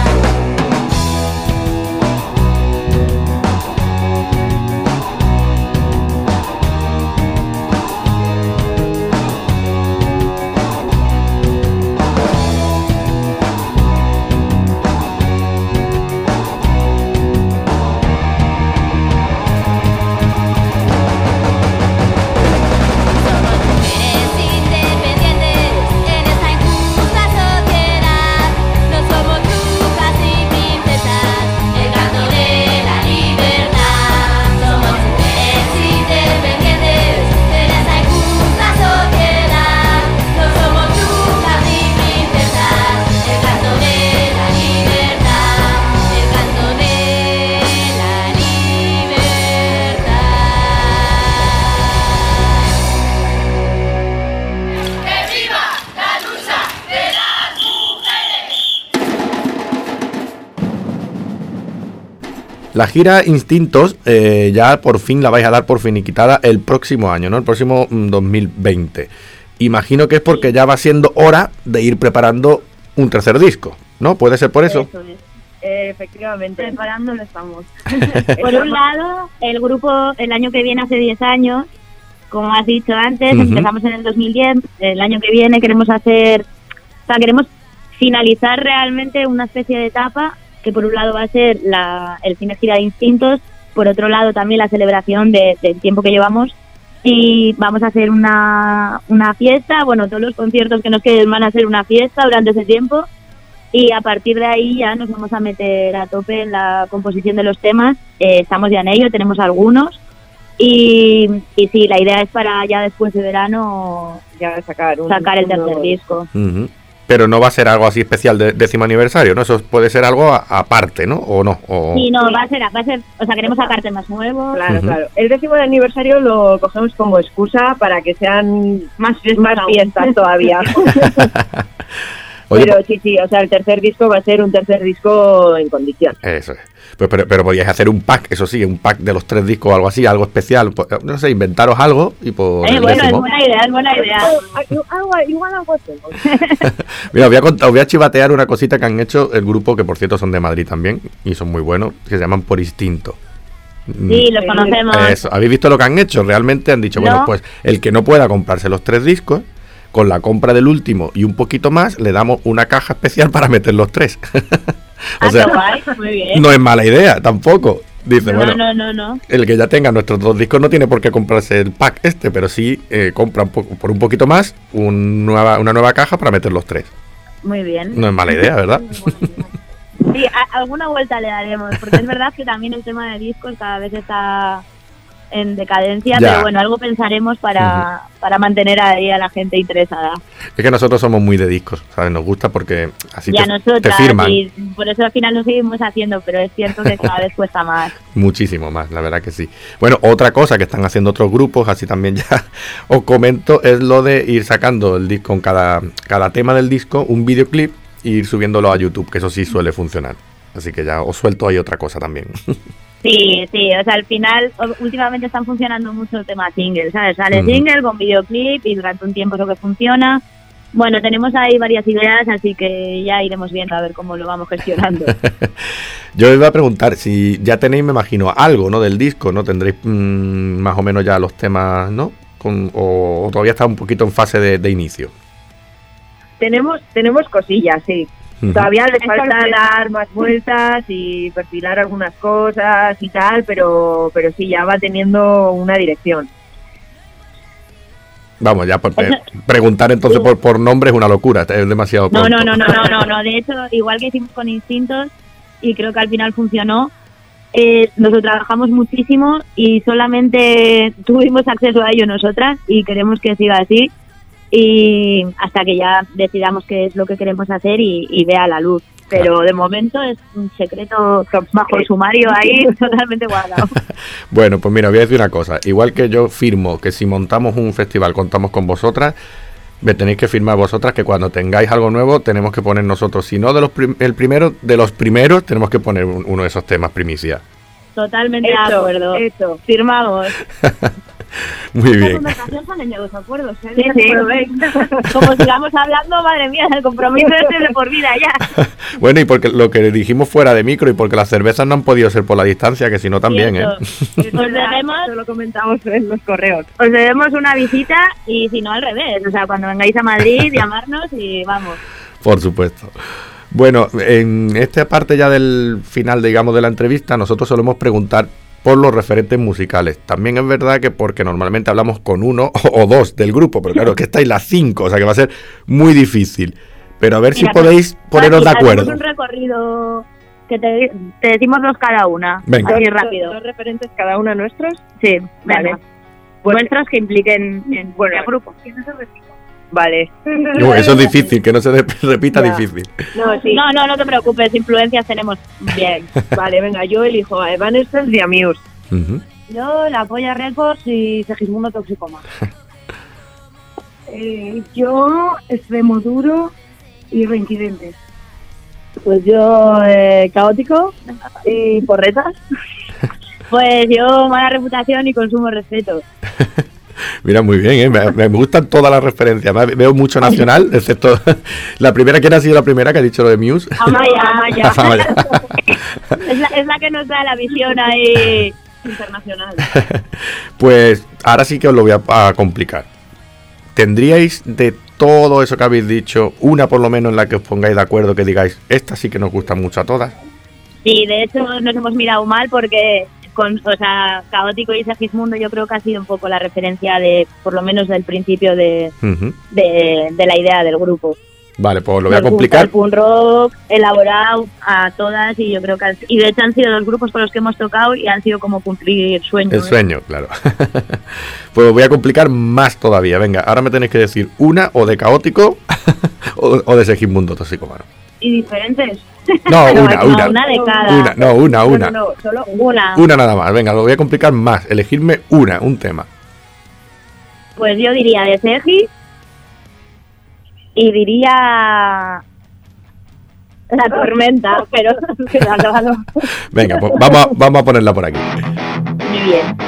[SPEAKER 10] Mujeres independientes en esta injusta sociedad. No somos brujas ni princesas, el canto de la libertad. Somos mujeres independientes en esta injusta sociedad. No somos brujas ni princesas, el canto de la libertad. El canto de la libertad. ¡Que viva la lucha de las mujeres!
[SPEAKER 1] La gira Instintos ya por fin la vais a dar por finiquitada el próximo año, ¿no? El próximo 2020. Imagino que es porque ya va siendo hora de ir preparando un tercer disco, ¿no? ¿Puede ser por eso?
[SPEAKER 12] Eso es. Efectivamente, preparándolo estamos.
[SPEAKER 11] Por un lado, el grupo el año que viene hace 10 años, como has dicho antes,
[SPEAKER 1] Ujú.
[SPEAKER 11] empezamos en el 2010, el año que viene queremos queremos finalizar realmente una especie de etapa que por un lado va a ser el cine gira de Instintos, por otro lado también la celebración del tiempo que llevamos, y vamos a hacer una fiesta, bueno, todos los conciertos que nos queden van a ser una fiesta durante ese tiempo, y a partir de ahí ya nos vamos a meter a tope en la composición de los temas. Estamos ya en ello, tenemos algunos, y sí, la idea es para ya después de verano
[SPEAKER 12] Ya sacar
[SPEAKER 11] el tercer disco.
[SPEAKER 1] Ujú. Pero no va a ser algo así especial de 10º aniversario, ¿no? Eso puede ser algo aparte, ¿no? ¿O no?
[SPEAKER 12] Sí, no, va a ser, o sea, queremos sacar temas nuevos.
[SPEAKER 11] Claro, claro. El 10º aniversario lo cogemos como excusa para que sean más fiestas todavía.
[SPEAKER 1] Oye,
[SPEAKER 11] pero sí, o sea, el tercer disco va a ser un tercer disco en condiciones.
[SPEAKER 1] Eso es. Pero podíais hacer un pack, eso sí, un pack de los 3 discos o algo así, algo especial. Pues, no sé, inventaros algo y por el
[SPEAKER 12] bueno,
[SPEAKER 1] décimo.
[SPEAKER 12] es buena idea.
[SPEAKER 11] Igual algo hacemos.
[SPEAKER 1] Mira, os voy a chivatear una cosita que han hecho el grupo, que por cierto son de Madrid también, y son muy buenos, que se llaman Por Instinto.
[SPEAKER 12] Sí, los conocemos.
[SPEAKER 1] Eso. ¿Habéis visto lo que han hecho? Realmente han dicho, bueno, pues el que no pueda comprarse los 3 discos, con la compra del último y un poquito más, le damos una caja especial para meter los 3. O sea,
[SPEAKER 12] guay, muy bien.
[SPEAKER 1] no es mala idea tampoco. Dice,
[SPEAKER 12] No.
[SPEAKER 1] el que ya tenga nuestros 2 discos no tiene por qué comprarse el pack pero sí compran por un poquito más una nueva caja para meter los 3.
[SPEAKER 12] Muy bien.
[SPEAKER 1] No es mala idea, ¿verdad?
[SPEAKER 12] Sí, alguna vuelta le daremos, porque es verdad que también el tema de discos cada vez está en decadencia,
[SPEAKER 1] Ya.
[SPEAKER 12] pero bueno, algo pensaremos para mantener ahí a la gente interesada.
[SPEAKER 1] Es que nosotros somos muy de discos, ¿sabes? Nos gusta porque así
[SPEAKER 12] Y a
[SPEAKER 1] te
[SPEAKER 12] nosotras,
[SPEAKER 1] firman
[SPEAKER 12] y por eso al final lo seguimos haciendo, pero es cierto que cada vez cuesta más.
[SPEAKER 1] muchísimo más, la verdad que sí. Bueno, otra cosa que están haciendo otros grupos, así también ya os comento, es lo de ir sacando el disco con cada tema del disco, un videoclip, e ir subiéndolo a YouTube, que eso sí suele funcionar. Así que ya os suelto ahí otra cosa también.
[SPEAKER 12] Sí, o sea, al final últimamente están funcionando mucho el tema single, ¿sabes? Sale
[SPEAKER 1] Ujú.
[SPEAKER 12] single con videoclip y durante un tiempo es lo que funciona. Bueno, tenemos ahí varias ideas, así que ya iremos viendo a ver cómo lo vamos gestionando.
[SPEAKER 1] Yo iba a preguntar si ya tenéis, me imagino, algo, ¿no? Del disco, ¿no? Tendréis más o menos ya los temas, ¿no? O todavía está un poquito en fase de inicio.
[SPEAKER 11] Tenemos cosillas, sí.
[SPEAKER 1] Ujú.
[SPEAKER 11] Todavía les falta dar más vueltas y perfilar algunas cosas y tal, pero sí, ya va teniendo una dirección.
[SPEAKER 1] Vamos, ya preguntar entonces por nombre es una locura, es demasiado
[SPEAKER 12] No,
[SPEAKER 1] pronto.
[SPEAKER 12] no. De hecho, igual que hicimos con Instintos, y creo que al final funcionó, nos lo trabajamos muchísimo y solamente tuvimos acceso a ello nosotras y queremos que siga así. Y hasta que ya decidamos qué es lo que queremos hacer y vea la luz. Pero de momento es un secreto bajo el sumario ahí totalmente guardado.
[SPEAKER 1] Bueno, pues mira, voy a decir una cosa. Igual que yo firmo que si montamos un festival contamos con vosotras, me tenéis que firmar vosotras que cuando tengáis algo nuevo tenemos que poner nosotros, si no de los primeros, tenemos que poner uno de esos temas primicia.
[SPEAKER 12] Totalmente de acuerdo. Firmamos.
[SPEAKER 1] Muy bien.
[SPEAKER 12] conversación salen de los acuerdos, ¿eh? Sí. Como sigamos hablando, madre mía, el compromiso este de por vida ya.
[SPEAKER 1] Bueno, y porque lo que dijimos fuera de micro y porque las cervezas no han podido ser por la distancia, que si no también, ¿eh?
[SPEAKER 12] Os debemos,
[SPEAKER 11] Eso lo comentamos en los correos.
[SPEAKER 12] os debemos una visita y si no al revés, o sea, cuando vengáis a Madrid, llamarnos y vamos.
[SPEAKER 1] Por supuesto. Bueno, en esta parte ya del final, digamos, de la entrevista, nosotros solemos preguntar por los referentes musicales. También es verdad que porque normalmente hablamos con uno o 2 del grupo, pero claro, que estáis las 5, o sea que va a ser muy difícil. Pero a ver
[SPEAKER 12] Mira,
[SPEAKER 1] si podéis poneros de acuerdo.
[SPEAKER 12] Hacemos un recorrido que te decimos dos cada una.
[SPEAKER 1] Venga.
[SPEAKER 12] Así rápido.
[SPEAKER 11] ¿Dos referentes cada una nuestros?
[SPEAKER 12] Sí,
[SPEAKER 11] Vale.
[SPEAKER 12] venga. Nuestros que impliquen en
[SPEAKER 11] Bueno,
[SPEAKER 12] el grupo.
[SPEAKER 11] Vale.
[SPEAKER 1] No, eso es difícil, que no se repita,
[SPEAKER 11] Ya.
[SPEAKER 1] difícil.
[SPEAKER 11] No, sí.
[SPEAKER 12] No te preocupes, influencias tenemos bien.
[SPEAKER 11] Vale, venga, yo elijo a Evanescence y a Muse.
[SPEAKER 1] Ujú.
[SPEAKER 12] Yo, la Polla Records y Segismundo Toxicoma.
[SPEAKER 13] Yo, Extremoduro y Reincidentes.
[SPEAKER 12] Pues yo, Caótico y Porretas. Pues yo, Mala Reputación y Consumo Respeto.
[SPEAKER 1] Mira, muy bien, ¿eh? Me gustan todas las referencias. Veo mucho nacional, excepto la primera. ¿Quién ha sido la primera que ha dicho lo de Muse?
[SPEAKER 12] Amaya.
[SPEAKER 1] Amaya.
[SPEAKER 12] Es la que nos da la visión ahí internacional.
[SPEAKER 1] Pues ahora sí que os lo voy a complicar. ¿Tendríais de todo eso que habéis dicho una por lo menos en la que os pongáis de acuerdo, que digáis, esta sí que nos gusta mucho a todas?
[SPEAKER 12] Sí, de hecho nos hemos mirado mal porque Caótico y Segismundo yo creo que ha sido un poco la referencia de, por lo menos del principio de
[SPEAKER 1] Ujú.
[SPEAKER 12] la idea del grupo.
[SPEAKER 1] Vale, pues lo voy a
[SPEAKER 12] Nos gusta
[SPEAKER 1] complicar.
[SPEAKER 12] el punk rock elaborado a todas y yo creo que y de hecho han sido los grupos con los que hemos tocado y han sido como cumplir sueños.
[SPEAKER 1] El sueño, claro. Pues voy a complicar más todavía. Venga, ahora me tenéis que decir una o de Caótico o de Segismundo Toxicómano.
[SPEAKER 12] Y diferentes.
[SPEAKER 1] No,
[SPEAKER 12] No,
[SPEAKER 1] una.
[SPEAKER 12] una de cada.
[SPEAKER 1] Una.
[SPEAKER 12] No, solo una.
[SPEAKER 1] Una nada más. Venga, lo voy a complicar más. Elegirme un tema.
[SPEAKER 12] Pues yo diría de Segi y diría La Tormenta, pero no.
[SPEAKER 1] Venga, pues vamos a ponerla por aquí.
[SPEAKER 12] Muy bien.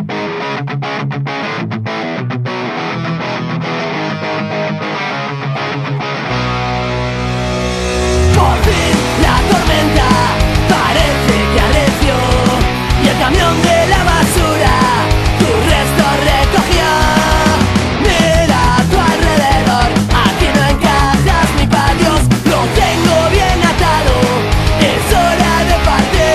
[SPEAKER 9] Por fin la tormenta parece que arreció y el camión de la basura tu resto recogió. Mira a tu alrededor, aquí no encajas ni pa' Dios, lo tengo bien atado, es hora de partir.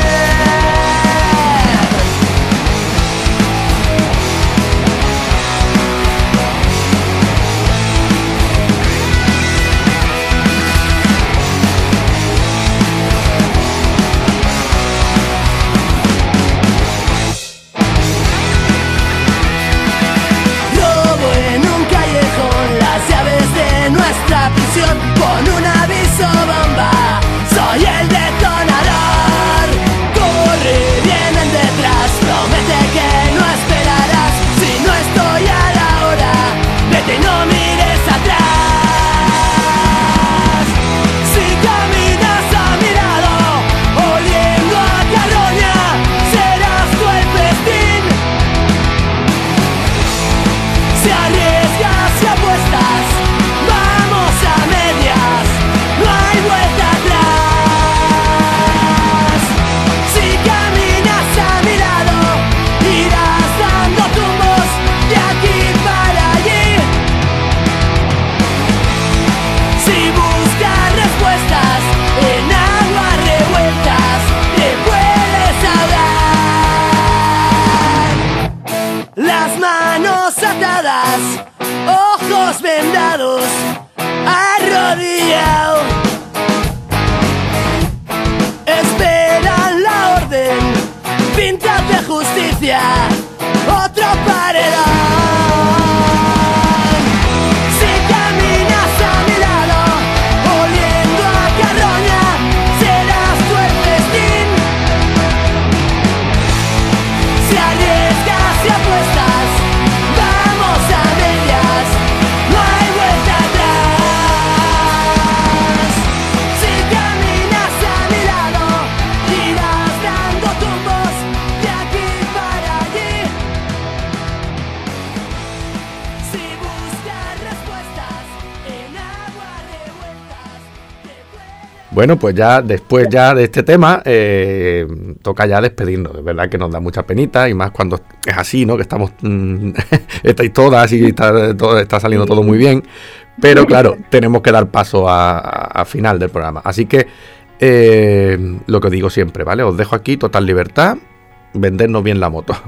[SPEAKER 9] Robo en un callejón las llaves de nuestra prisión con un aviso bomba. Soy el detonador. Corre, vienen detrás. Promete que no esperarás. Si no estoy a la hora, vete y no mires atrás. Si caminas a mi lado, oliendo a carroña, serás tú el festín. Si arriesgas y apuestas, vamos a medias, no hay vuelta atrás. Si caminas a mi lado, irás dando tumbos de aquí para allí. Si buscas respuestas en aguas revueltas, te puedes ahogar. Las manos atadas, ojos vendados, arrodillado. Esperan la orden, pintas de justicia, otro paredón. Si caminas a mi lado, oliendo a carroña, serás tú el festín. Si arriesgas y apuestas, vamos a medias, no hay vuelta atrás. Si caminas a mi lado, irás dando tumbos de aquí para allí. Si buscas respuestas en aguas revueltas,
[SPEAKER 1] Bueno, pues ya después ya de este tema toca ya despedirnos. De verdad que nos da mucha penita y más cuando es así, ¿no? Que estamos estáis todas y está saliendo todo muy bien. Pero claro, tenemos que dar paso a final del programa. Así que lo que os digo siempre, ¿vale? Os dejo aquí total libertad, vendernos bien la moto.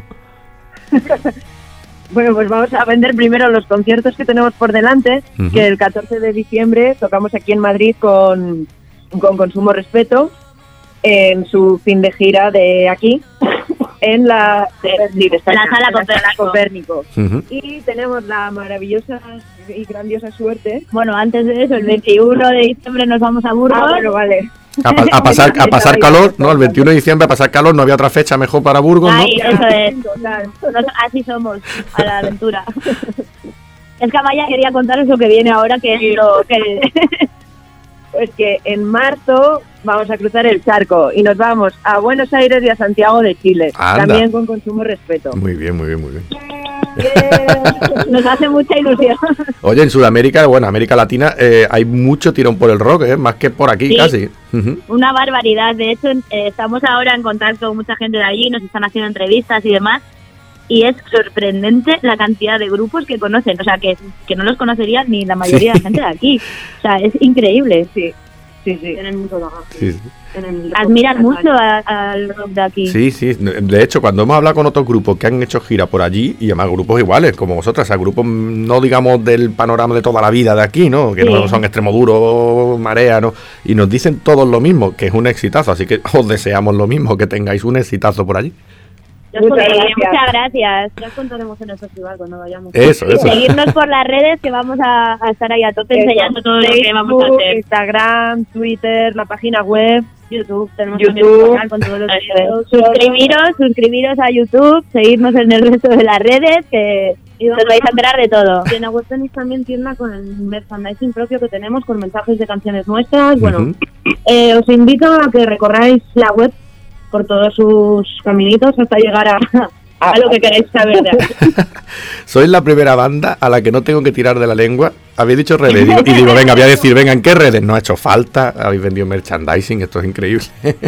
[SPEAKER 11] Bueno, pues vamos a vender primero los conciertos que tenemos por delante,
[SPEAKER 1] Ujú.
[SPEAKER 11] que el 14 de diciembre tocamos aquí en Madrid con Consumo Respeto, en su fin de gira de aquí, en la
[SPEAKER 12] Sala
[SPEAKER 11] Copérnico.
[SPEAKER 1] Ujú.
[SPEAKER 11] Y tenemos la maravillosa y grandiosa suerte.
[SPEAKER 12] Bueno, antes de eso, el 21 de diciembre nos vamos a Burgos.
[SPEAKER 11] Ah, bueno, vale.
[SPEAKER 1] A pasar calor, ¿no? El 21 de diciembre a pasar calor, no había otra fecha mejor para Burgos, ¿no?
[SPEAKER 12] Ay, eso es. Así somos, a la aventura. Es que Amaya quería contaros lo que viene ahora, que es lo que...
[SPEAKER 11] Pues que en marzo vamos a cruzar el charco y nos vamos a Buenos Aires y a Santiago de Chile.
[SPEAKER 1] Anda.
[SPEAKER 11] También con Consumo Respeto.
[SPEAKER 1] Muy bien, muy bien, muy bien.
[SPEAKER 12] Nos hace mucha ilusión.
[SPEAKER 1] Oye, en Sudamérica, bueno, América Latina, hay mucho tirón por el rock, más que por aquí
[SPEAKER 12] Sí.
[SPEAKER 1] casi. Ujú.
[SPEAKER 12] Una barbaridad. De hecho, estamos ahora en contacto con mucha gente de allí, nos están haciendo entrevistas y demás. Y es sorprendente la cantidad de grupos que conocen. O sea, que no los conocería ni la mayoría de la gente de aquí. O sea, es increíble.
[SPEAKER 11] Sí, Sí.
[SPEAKER 13] Tienen mucho bagaje.
[SPEAKER 1] Sí.
[SPEAKER 12] Admiran mucho al rock de aquí.
[SPEAKER 1] Sí, sí. De hecho, cuando hemos hablado con otros grupos que han hecho gira por allí, y además grupos iguales, como vosotras, o sea, grupos no digamos del panorama de toda la vida de aquí, ¿no? Que no son Extremoduro, Marea, ¿no? Y nos dicen todos lo mismo, que es un exitazo, así que os deseamos lo mismo, que tengáis un exitazo por allí.
[SPEAKER 12] Muchas gracias.
[SPEAKER 13] Ya os contaremos en el festival cuando vayamos.
[SPEAKER 1] Eso.
[SPEAKER 12] Seguirnos por las redes, que vamos a estar ahí a tope enseñando todo lo que vamos a hacer.
[SPEAKER 11] Instagram, Twitter, la página web,
[SPEAKER 12] YouTube, tenemos
[SPEAKER 11] YouTube.
[SPEAKER 12] también un canal con todos los videos. Suscribiros a YouTube, seguirnos en el resto de las redes, que os vais a enterar de todo.
[SPEAKER 13] Y en la web tenéis también tienda con el merchandising propio que tenemos, con mensajes de canciones nuestras. Bueno, os invito a que recorráis la web por todos sus caminitos hasta llegar a lo que queréis saber de aquí.
[SPEAKER 1] Sois la primera banda a la que no tengo que tirar de la lengua. Habéis dicho redes y digo, venga, voy a decir, venga, ¿en qué redes? No ha hecho falta, habéis vendido merchandising, esto es increíble.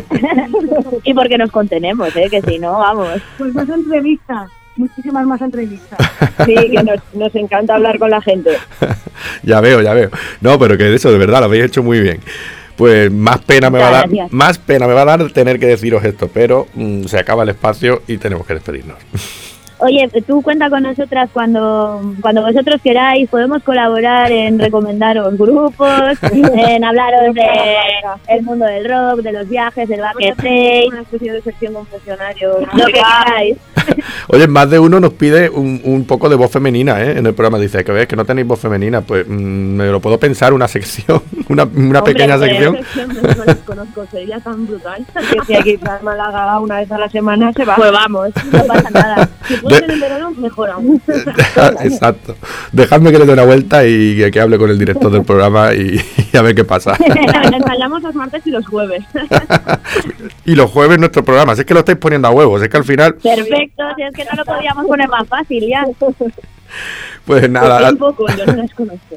[SPEAKER 12] Y porque nos contenemos, que si no, vamos.
[SPEAKER 13] Pues más entrevistas, muchísimas más entrevistas.
[SPEAKER 11] Sí, que nos encanta hablar con la gente.
[SPEAKER 1] Ya veo. No, pero que eso, de verdad, lo habéis hecho muy bien. Pues más pena me va a dar tener que deciros esto, pero se acaba el espacio y tenemos que despedirnos.
[SPEAKER 12] Oye, tú cuenta con nosotras cuando vosotros queráis. Podemos colaborar en recomendaros grupos, en hablaros de el mundo del rock, de los viajes, del backstage,
[SPEAKER 11] una especie de sección confesionario,
[SPEAKER 12] lo que queráis.
[SPEAKER 1] Oye, más de uno nos pide un poco de voz femenina, en el programa. Dice que ves que no tenéis voz femenina. Pues me lo puedo pensar, una sección, una pequeña sección.
[SPEAKER 11] No les conozco, sería tan brutal. Que si hay que ir a Málaga una vez a la semana se va.
[SPEAKER 12] Pues vamos, no pasa nada.
[SPEAKER 11] Si puede ser en verano, mejor aún.
[SPEAKER 1] Exacto. Dejadme que le dé una vuelta y que hable con el director del programa y a ver qué pasa.
[SPEAKER 11] Ensayamos los martes y los jueves.
[SPEAKER 1] Y los jueves nuestro programa. Si es que lo estáis poniendo a huevos, es que al final...
[SPEAKER 12] Perfecto, si es que no lo podíamos poner más fácil ya.
[SPEAKER 1] Pues nada.
[SPEAKER 11] Un poco, yo no las conozco.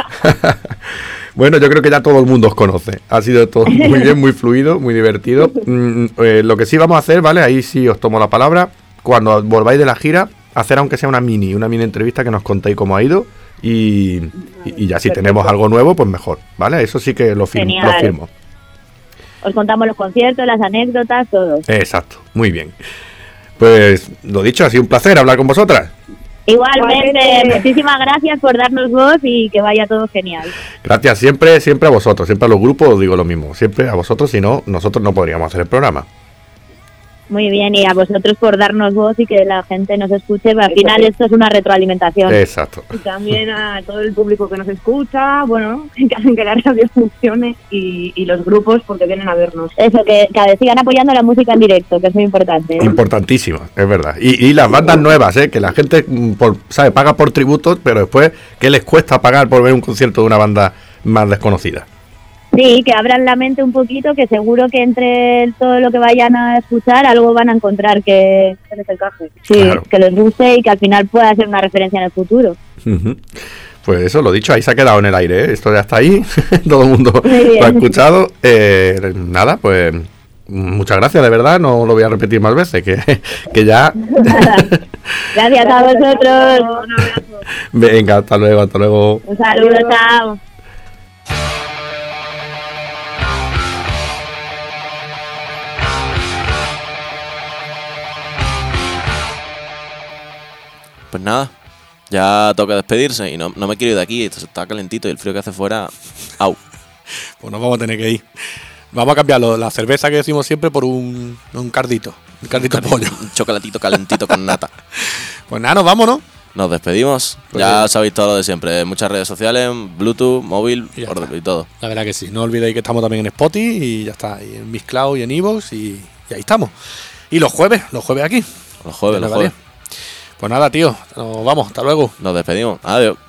[SPEAKER 1] Bueno, yo creo que ya todo el mundo os conoce. Ha sido todo muy bien, muy fluido, muy divertido. Lo que sí vamos a hacer, ¿vale? Ahí sí os tomo la palabra. Cuando volváis de la gira, hacer aunque sea una mini entrevista que nos contéis cómo ha ido. Y ya si tenemos algo nuevo, pues mejor, ¿vale? Eso sí que lo firmo.
[SPEAKER 12] Os contamos los conciertos, las anécdotas, todo.
[SPEAKER 1] Exacto, muy bien. Pues lo dicho, ha sido un placer hablar con vosotras.
[SPEAKER 12] Igualmente, muchísimas gracias por darnos voz y que vaya todo genial.
[SPEAKER 1] Gracias siempre a vosotros, siempre a los grupos os digo lo mismo, siempre a vosotros, si no, nosotros no podríamos hacer el programa.
[SPEAKER 12] Muy bien, y a vosotros por darnos voz y que la gente nos escuche, al final esto es una retroalimentación.
[SPEAKER 1] Exacto.
[SPEAKER 11] Y también a todo el público que nos escucha, bueno, que hacen que la radio funcione y los grupos porque vienen a vernos.
[SPEAKER 12] Eso, que sigan apoyando la música en directo, que es muy importante.
[SPEAKER 1] Importantísimo, es verdad. Y las bandas nuevas, que la gente paga por tributos, pero después, ¿qué les cuesta pagar por ver un concierto de una banda más desconocida?
[SPEAKER 12] Sí, que abran la mente un poquito, que seguro que entre todo lo que vayan a escuchar algo van a encontrar que les encaje. Sí, claro. Que les guste y que al final pueda ser una referencia en el futuro.
[SPEAKER 1] Pues eso, lo dicho, ahí se ha quedado en el aire, ¿eh? Esto ya está ahí, todo el mundo lo ha escuchado. Nada, pues muchas gracias, de verdad, no lo voy a repetir más veces, que ya...
[SPEAKER 12] Gracias a vosotros.
[SPEAKER 11] Un abrazo.
[SPEAKER 1] Venga, hasta luego.
[SPEAKER 12] Un saludo, chao.
[SPEAKER 4] Pues nada, ya toca despedirse y no me quiero ir de aquí, esto está calentito y el frío que hace fuera, ¡au!
[SPEAKER 3] Pues nos vamos a tener que ir. Vamos a cambiar la cerveza que decimos siempre por un cardito pollo.
[SPEAKER 4] Un chocolatito calentito con nata.
[SPEAKER 3] Pues nada, nos vamos, ¿no?
[SPEAKER 4] Nos despedimos. Pues ya sabéis todo lo de siempre. Muchas redes sociales, Bluetooth, móvil y todo.
[SPEAKER 3] La verdad que sí. No olvidéis que estamos también en Spotify y ya está. Y en Mixcloud y en iVoox y ahí estamos. Y los jueves aquí.
[SPEAKER 4] Los jueves.
[SPEAKER 3] Pues nada, tío. Nos vamos. Hasta luego.
[SPEAKER 4] Nos despedimos. Adiós.